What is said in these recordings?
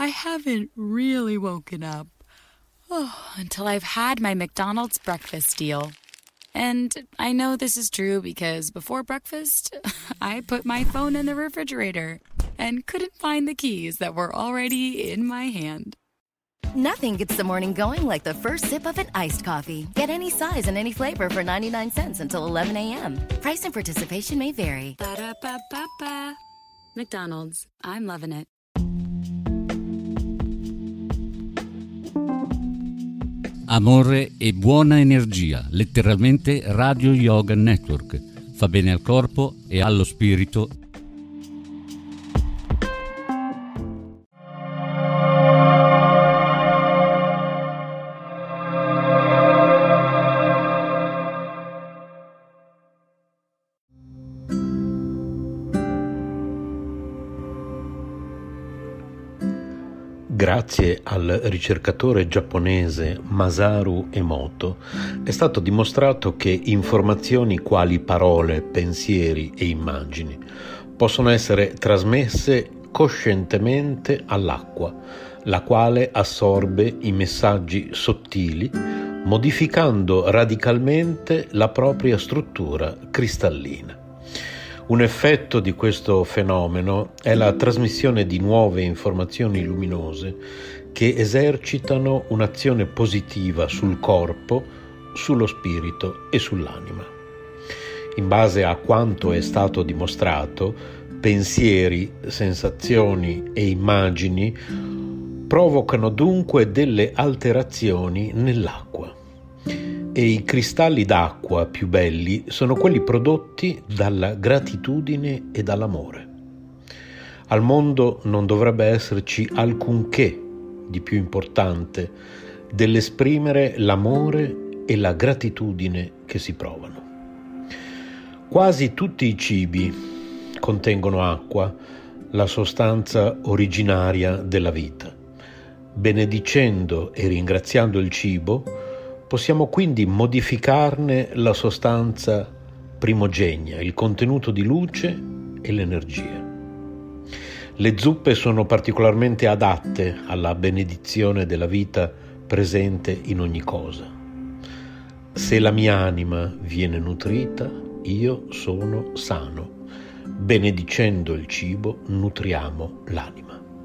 I haven't really woken up. Until I've had my McDonald's breakfast deal. And I know this is true because before breakfast, I put my phone in the refrigerator and couldn't find the keys that were already in my hand. Nothing gets the morning going like the first sip of an iced coffee. Get any size and any flavor for 99 cents until 11 a.m. Price and participation may vary. Ba-da-ba-ba-ba. McDonald's. I'm loving it. Amore e buona energia, letteralmente Radio Yoga Network. Fa bene al corpo e allo spirito. Grazie al ricercatore giapponese Masaru Emoto è stato dimostrato che informazioni quali parole, pensieri e immagini possono essere trasmesse coscientemente all'acqua, la quale assorbe i messaggi sottili, modificando radicalmente la propria struttura cristallina. Un effetto di questo fenomeno è la trasmissione di nuove informazioni luminose che esercitano un'azione positiva sul corpo, sullo spirito e sull'anima. In base a quanto è stato dimostrato, pensieri, sensazioni e immagini provocano dunque delle alterazioni nell'acqua. E i cristalli d'acqua più belli sono quelli prodotti dalla gratitudine e dall'amore. Al mondo non dovrebbe esserci alcunché di più importante dell'esprimere l'amore e la gratitudine che si provano. Quasi tutti i cibi contengono acqua, la sostanza originaria della vita. Benedicendo e ringraziando il cibo, possiamo quindi modificarne la sostanza primogenia, il contenuto di luce e l'energia. Le zuppe sono particolarmente adatte alla benedizione della vita presente in ogni cosa. Se la mia anima viene nutrita, io sono sano. Benedicendo il cibo, nutriamo l'anima.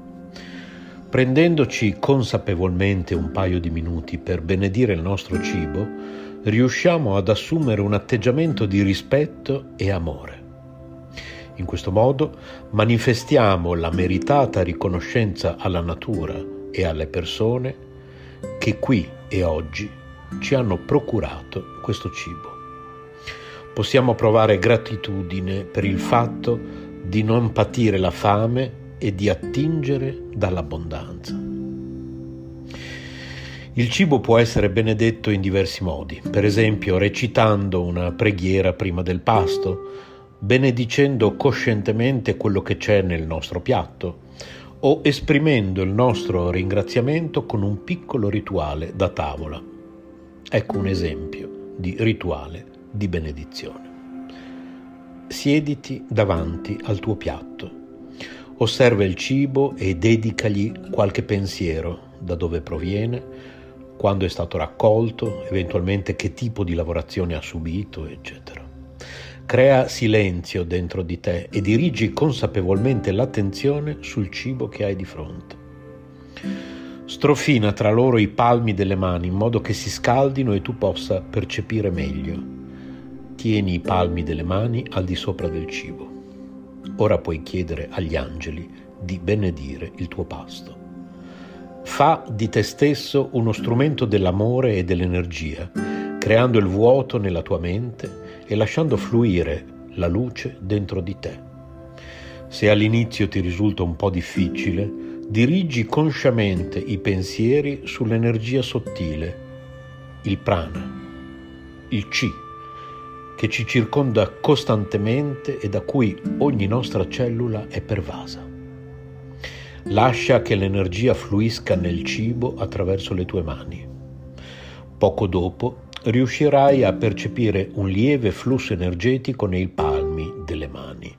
Prendendoci consapevolmente un paio di minuti per benedire il nostro cibo, riusciamo ad assumere un atteggiamento di rispetto e amore. In questo modo manifestiamo la meritata riconoscenza alla natura e alle persone che qui e oggi ci hanno procurato questo cibo. Possiamo provare gratitudine per il fatto di non patire la fame e di attingere dall'abbondanza. Il cibo può essere benedetto in diversi modi, per esempio recitando una preghiera prima del pasto, benedicendo coscientemente quello che c'è nel nostro piatto o esprimendo il nostro ringraziamento con un piccolo rituale da tavola. Ecco un esempio di rituale di benedizione. Siediti davanti al tuo piatto. Osserva il cibo e dedicagli qualche pensiero, da dove proviene, quando è stato raccolto, eventualmente che tipo di lavorazione ha subito, eccetera. Crea silenzio dentro di te e dirigi consapevolmente l'attenzione sul cibo che hai di fronte. Strofina tra loro i palmi delle mani in modo che si scaldino e tu possa percepire meglio. Tieni i palmi delle mani al di sopra del cibo. Ora puoi chiedere agli angeli di benedire il tuo pasto. Fa di te stesso uno strumento dell'amore e dell'energia, creando il vuoto nella tua mente e lasciando fluire la luce dentro di te. Se all'inizio ti risulta un po' difficile, dirigi consciamente i pensieri sull'energia sottile, il prana, il chi, che ci circonda costantemente e da cui ogni nostra cellula è pervasa. Lascia che l'energia fluisca nel cibo attraverso le tue mani. Poco dopo riuscirai a percepire un lieve flusso energetico nei palmi delle mani.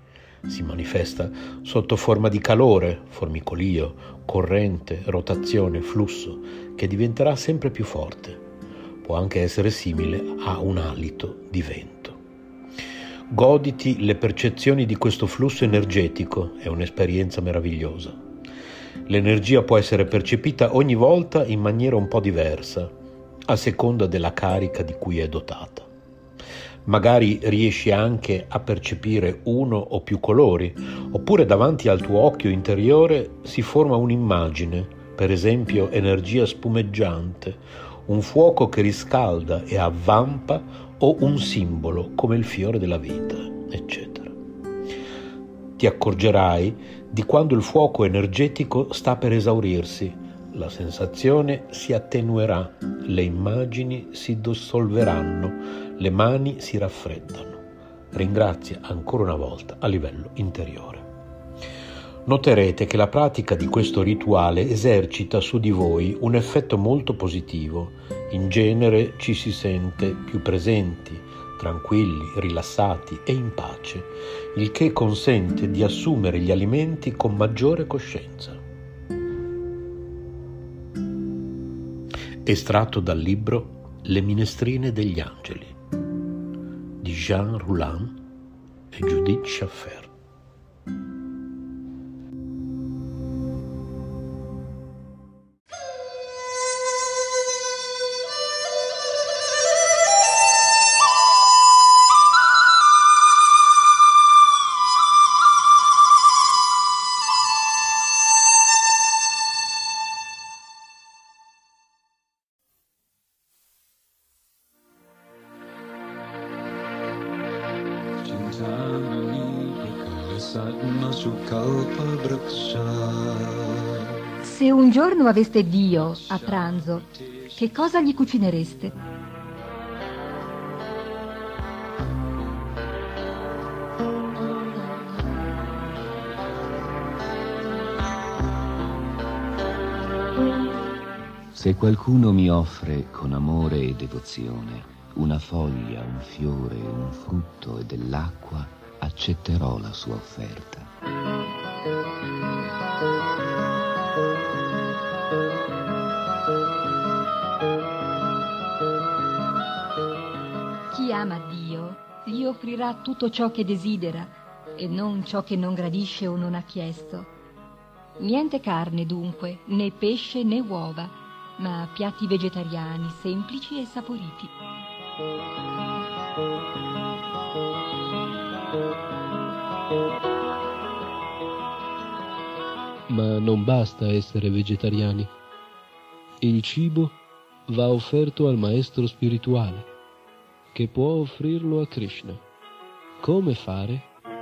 Si manifesta sotto forma di calore, formicolio, corrente, rotazione, flusso, che diventerà sempre più forte. Può anche essere simile a un alito di vento. Goditi le percezioni di questo flusso energetico, è un'esperienza meravigliosa. L'energia può essere percepita ogni volta in maniera un po' diversa, a seconda della carica di cui è dotata. Magari riesci anche a percepire uno o più colori, oppure davanti al tuo occhio interiore si forma un'immagine, per esempio energia spumeggiante, un fuoco che riscalda e avvampa o un simbolo come il fiore della vita, eccetera. Ti accorgerai di quando il fuoco energetico sta per esaurirsi, la sensazione si attenuerà, le immagini si dissolveranno, le mani si raffreddano. Ringrazia ancora una volta a livello interiore. Noterete che la pratica di questo rituale esercita su di voi un effetto molto positivo. In genere ci si sente più presenti, tranquilli, rilassati e in pace, il che consente di assumere gli alimenti con maggiore coscienza. Estratto dal libro Le minestrine degli angeli di Jean Roulin e Judith Schaffer. Se un giorno aveste Dio a pranzo, che cosa gli cucinereste? Se qualcuno mi offre con amore e devozione una foglia, un fiore, un frutto e dell'acqua, accetterò la sua offerta. Chi ama Dio gli offrirà tutto ciò che desidera e non ciò che non gradisce o non ha chiesto. Niente carne dunque, né pesce né uova, ma piatti vegetariani semplici e saporiti. Ma non basta essere vegetariani. Il cibo va offerto al maestro spirituale, che può offrirlo a Krishna. Come fare?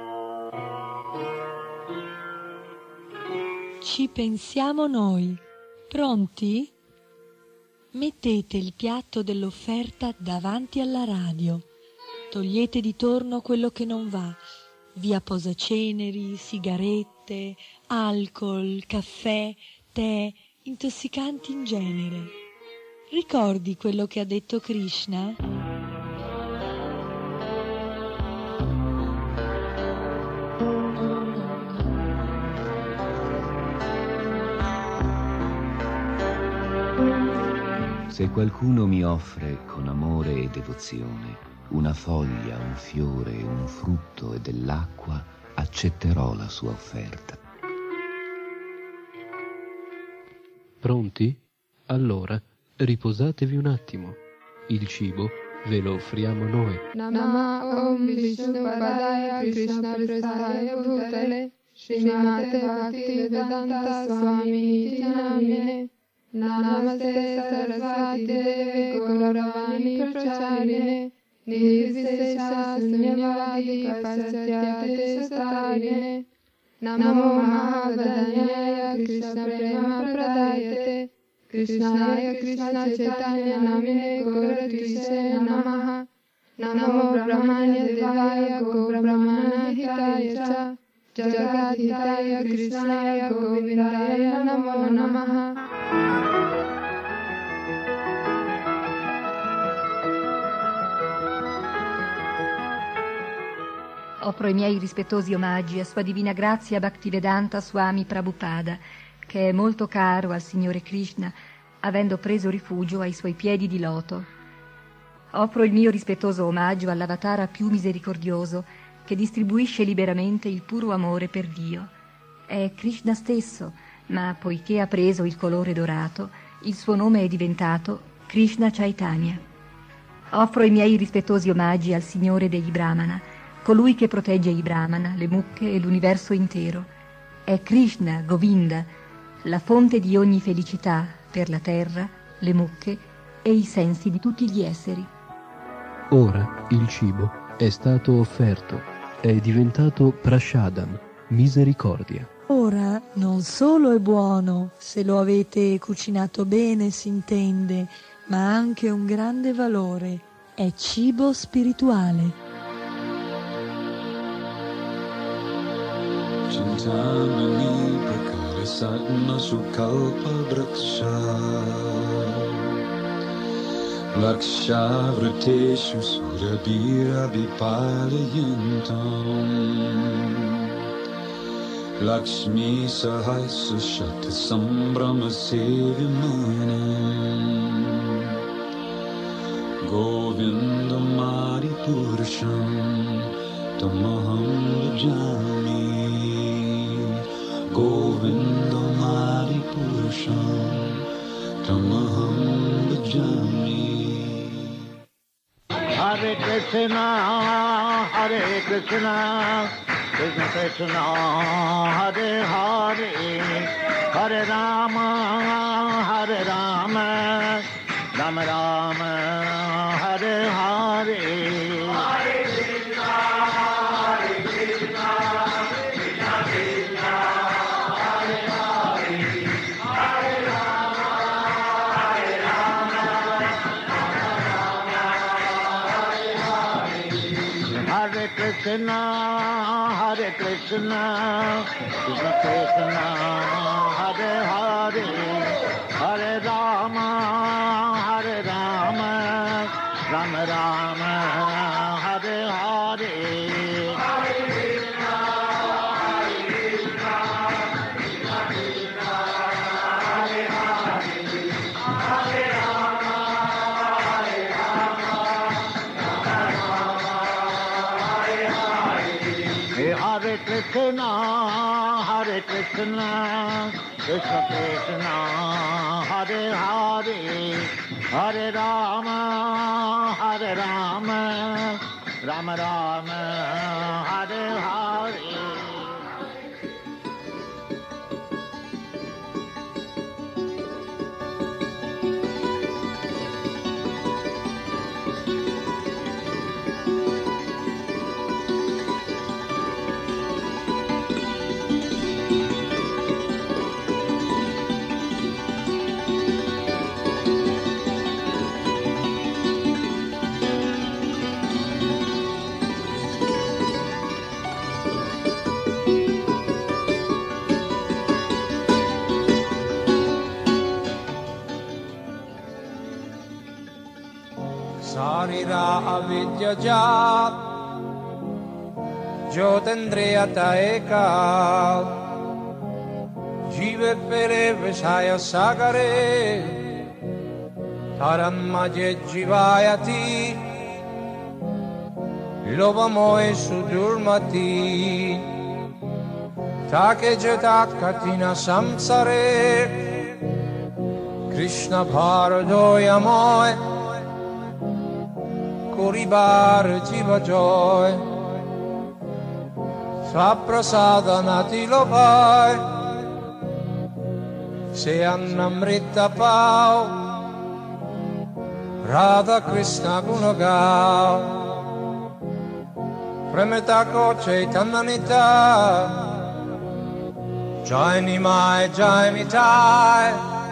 Ci pensiamo noi. Pronti? Mettete il piatto dell'offerta davanti alla radio. Togliete di torno quello che non va. Via posaceneri, sigarette, alcol, caffè, tè, intossicanti in genere. Ricordi quello che ha detto Krishna? Se qualcuno mi offre con amore e devozione una foglia, un fiore, un frutto e dell'acqua, accetterò la sua offerta. Pronti? Allora, riposatevi un attimo. Il cibo ve lo offriamo noi. Nama Om Vishnu Padaya Krishna Prasaya Bhutale Srimate Bhakti Vedanta Swami Iti Namine Namaste Sarasvati Deve Gauravani Pracharine Nirvisesha Sunyavadi Pasatyate Sastarine Namo Mahadanyaya Krishna Prema Pradayate Krishnaya Krishna Chaitanya Namine Gauratishe Namaha Namo Brahmanya Devaya Go Brahmana Hitaya Cha Jagat Hitaya Krishnaya Govindaya Namo Namaha. Offro i miei rispettosi omaggi a Sua Divina Grazia Bhaktivedanta Swami Prabhupada, che è molto caro al Signore Krishna, avendo preso rifugio ai Suoi piedi di loto. Offro il mio rispettoso omaggio all'Avatara più misericordioso, che distribuisce liberamente il puro amore per Dio. È Krishna stesso, ma poiché ha preso il colore dorato, il suo nome è diventato Krishna Chaitanya. Offro i miei rispettosi omaggi al Signore dei Brahmana, colui che protegge i Brahmana, le mucche e l'universo intero. È Krishna Govinda, la fonte di ogni felicità per la terra, le mucche e i sensi di tutti gli esseri. Ora il cibo è stato offerto, è diventato prashadam, misericordia. Ora non solo è buono, se lo avete cucinato bene si intende, ma ha anche un grande valore, è cibo spirituale. Chintamani prakarisatma sukalpa vraksha Laksha vriteshu surabhira vipalayuntam Lakshmi sahaisa shakti sambrama sevimanam Govinda Mari Purusham Tamaham Vajami Govinda Mari Purusham Tamaham Vajami Hare Krishna, Hare Krishna, Krishna Krishna, Hare Hare, Hare Rama, Hare Rama, Rama Rama, Hare Hare. Hare Krishna, Hare Krishna, Krishna Krishna, Hare Hare, Hare Rama, Hare Rama, Hare Krishna, Hare Krishna, Krishna Krishna, Hare Hare, Hare Rama, Hare Rama, Rama Rama, Hare Hare. Hare Krishna, Hare Krishna, Krishna Krishna, Hare Hare, Hare Rama, Hare Rama, Rama Rama, Hare Hare. Hare Krishna, Hare Krishna, Krishna Krishna, Hare Hare, Hare Rama, Hare Rama, Rama Rama, Hare Hare. Sarira avidya jat Jyotendriyata eka Jive pere vishaya sagare Taranmaje jivayati Lovamoe sudurmati Take jetat katina samsare Krishna bharadoyamoe Kuribar Jiva Joy Svaprasada Nati Lopai Se Annamrita Pau Radha Krishna Gunagau Premetako Chaitananita Jai Nimai Jai Mitai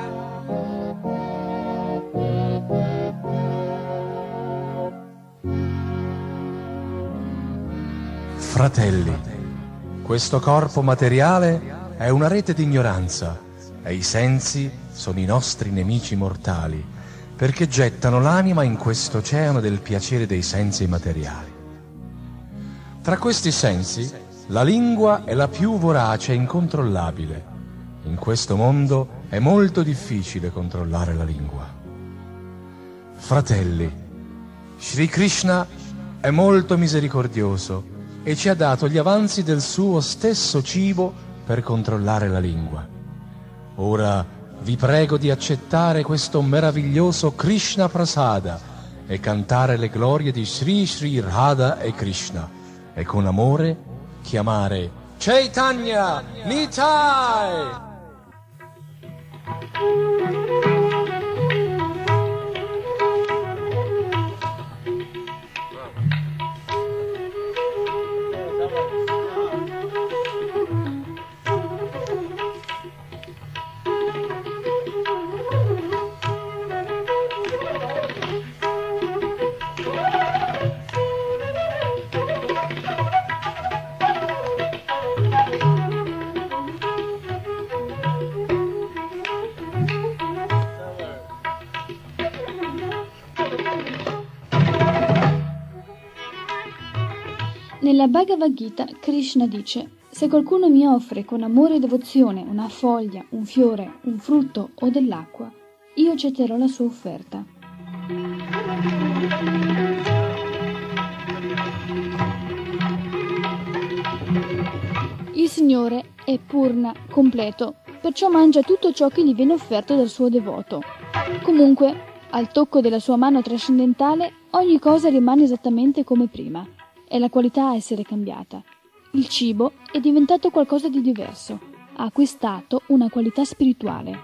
Fratelli, questo corpo materiale è una rete di ignoranza e i sensi sono i nostri nemici mortali perché gettano l'anima in questo oceano del piacere dei sensi materiali. Tra questi sensi, la lingua è la più vorace e incontrollabile. In questo mondo è molto difficile controllare la lingua. Fratelli, Sri Krishna è molto misericordioso e ci ha dato gli avanzi del suo stesso cibo per controllare la lingua. Ora vi prego di accettare questo meraviglioso Krishna Prasada e cantare le glorie di Sri Sri Radha e Krishna e con amore chiamare Chaitanya Nitai! Nella Bhagavad Gita, Krishna dice: se qualcuno mi offre con amore e devozione una foglia, un fiore, un frutto o dell'acqua, io accetterò la sua offerta. Il Signore è Purna, completo, perciò mangia tutto ciò che gli viene offerto dal suo devoto. Comunque, al tocco della sua mano trascendentale, ogni cosa rimane esattamente come prima. È la qualità a essere cambiata. Il cibo è diventato qualcosa di diverso, ha acquistato una qualità spirituale.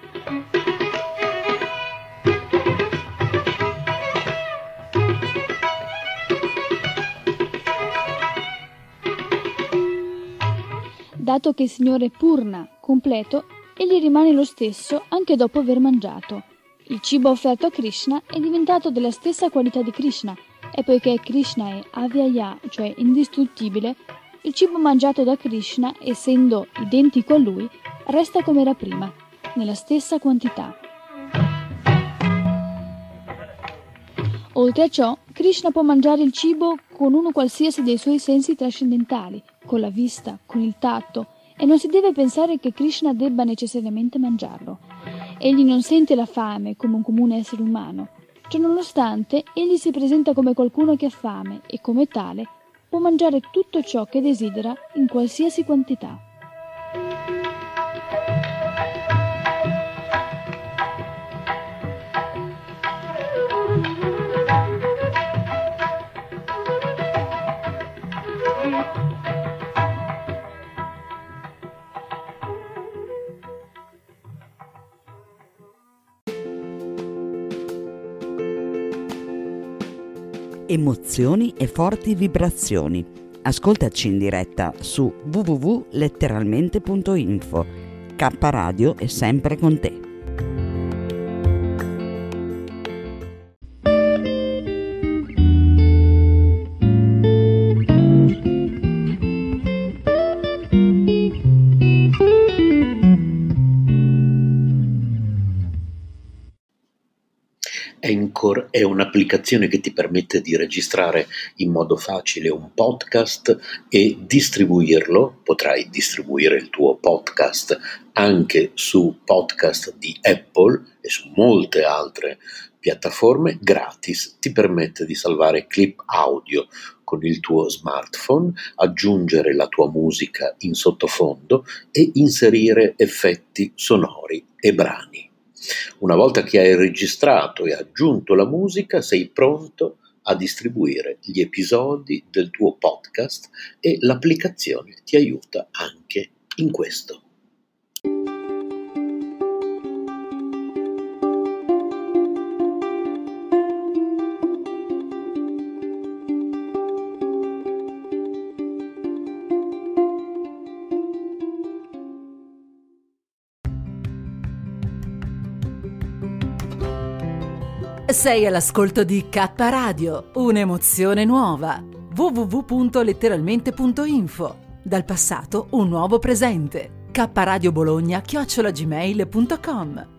Dato che il Signore è Purna, completo, egli rimane lo stesso anche dopo aver mangiato. Il cibo offerto a Krishna è diventato della stessa qualità di Krishna, e poiché Krishna è Avyaya, cioè indistruttibile, il cibo mangiato da Krishna, essendo identico a lui, resta come era prima, nella stessa quantità. Oltre a ciò, Krishna può mangiare il cibo con uno qualsiasi dei suoi sensi trascendentali, con la vista, con il tatto, e non si deve pensare che Krishna debba necessariamente mangiarlo. Egli non sente la fame come un comune essere umano. Ciononostante, egli si presenta come qualcuno che ha fame e, come tale, può mangiare tutto ciò che desidera in qualsiasi quantità. Emozioni e forti vibrazioni. Ascoltaci in diretta su www.letteralmente.info. K Radio è sempre con te. Anchor è un'applicazione che ti permette di registrare in modo facile un podcast e distribuirlo. Potrai distribuire il tuo podcast anche su podcast di Apple e su molte altre piattaforme gratis. Ti permette di salvare clip audio con il tuo smartphone, aggiungere la tua musica in sottofondo e inserire effetti sonori e brani. Una volta che hai registrato e aggiunto la musica, sei pronto a distribuire gli episodi del tuo podcast e l'applicazione ti aiuta anche in questo. Sei all'ascolto di K Radio, un'emozione nuova. www.letteralmente.info. Dal passato un nuovo presente. kradiobologna@gmail.com.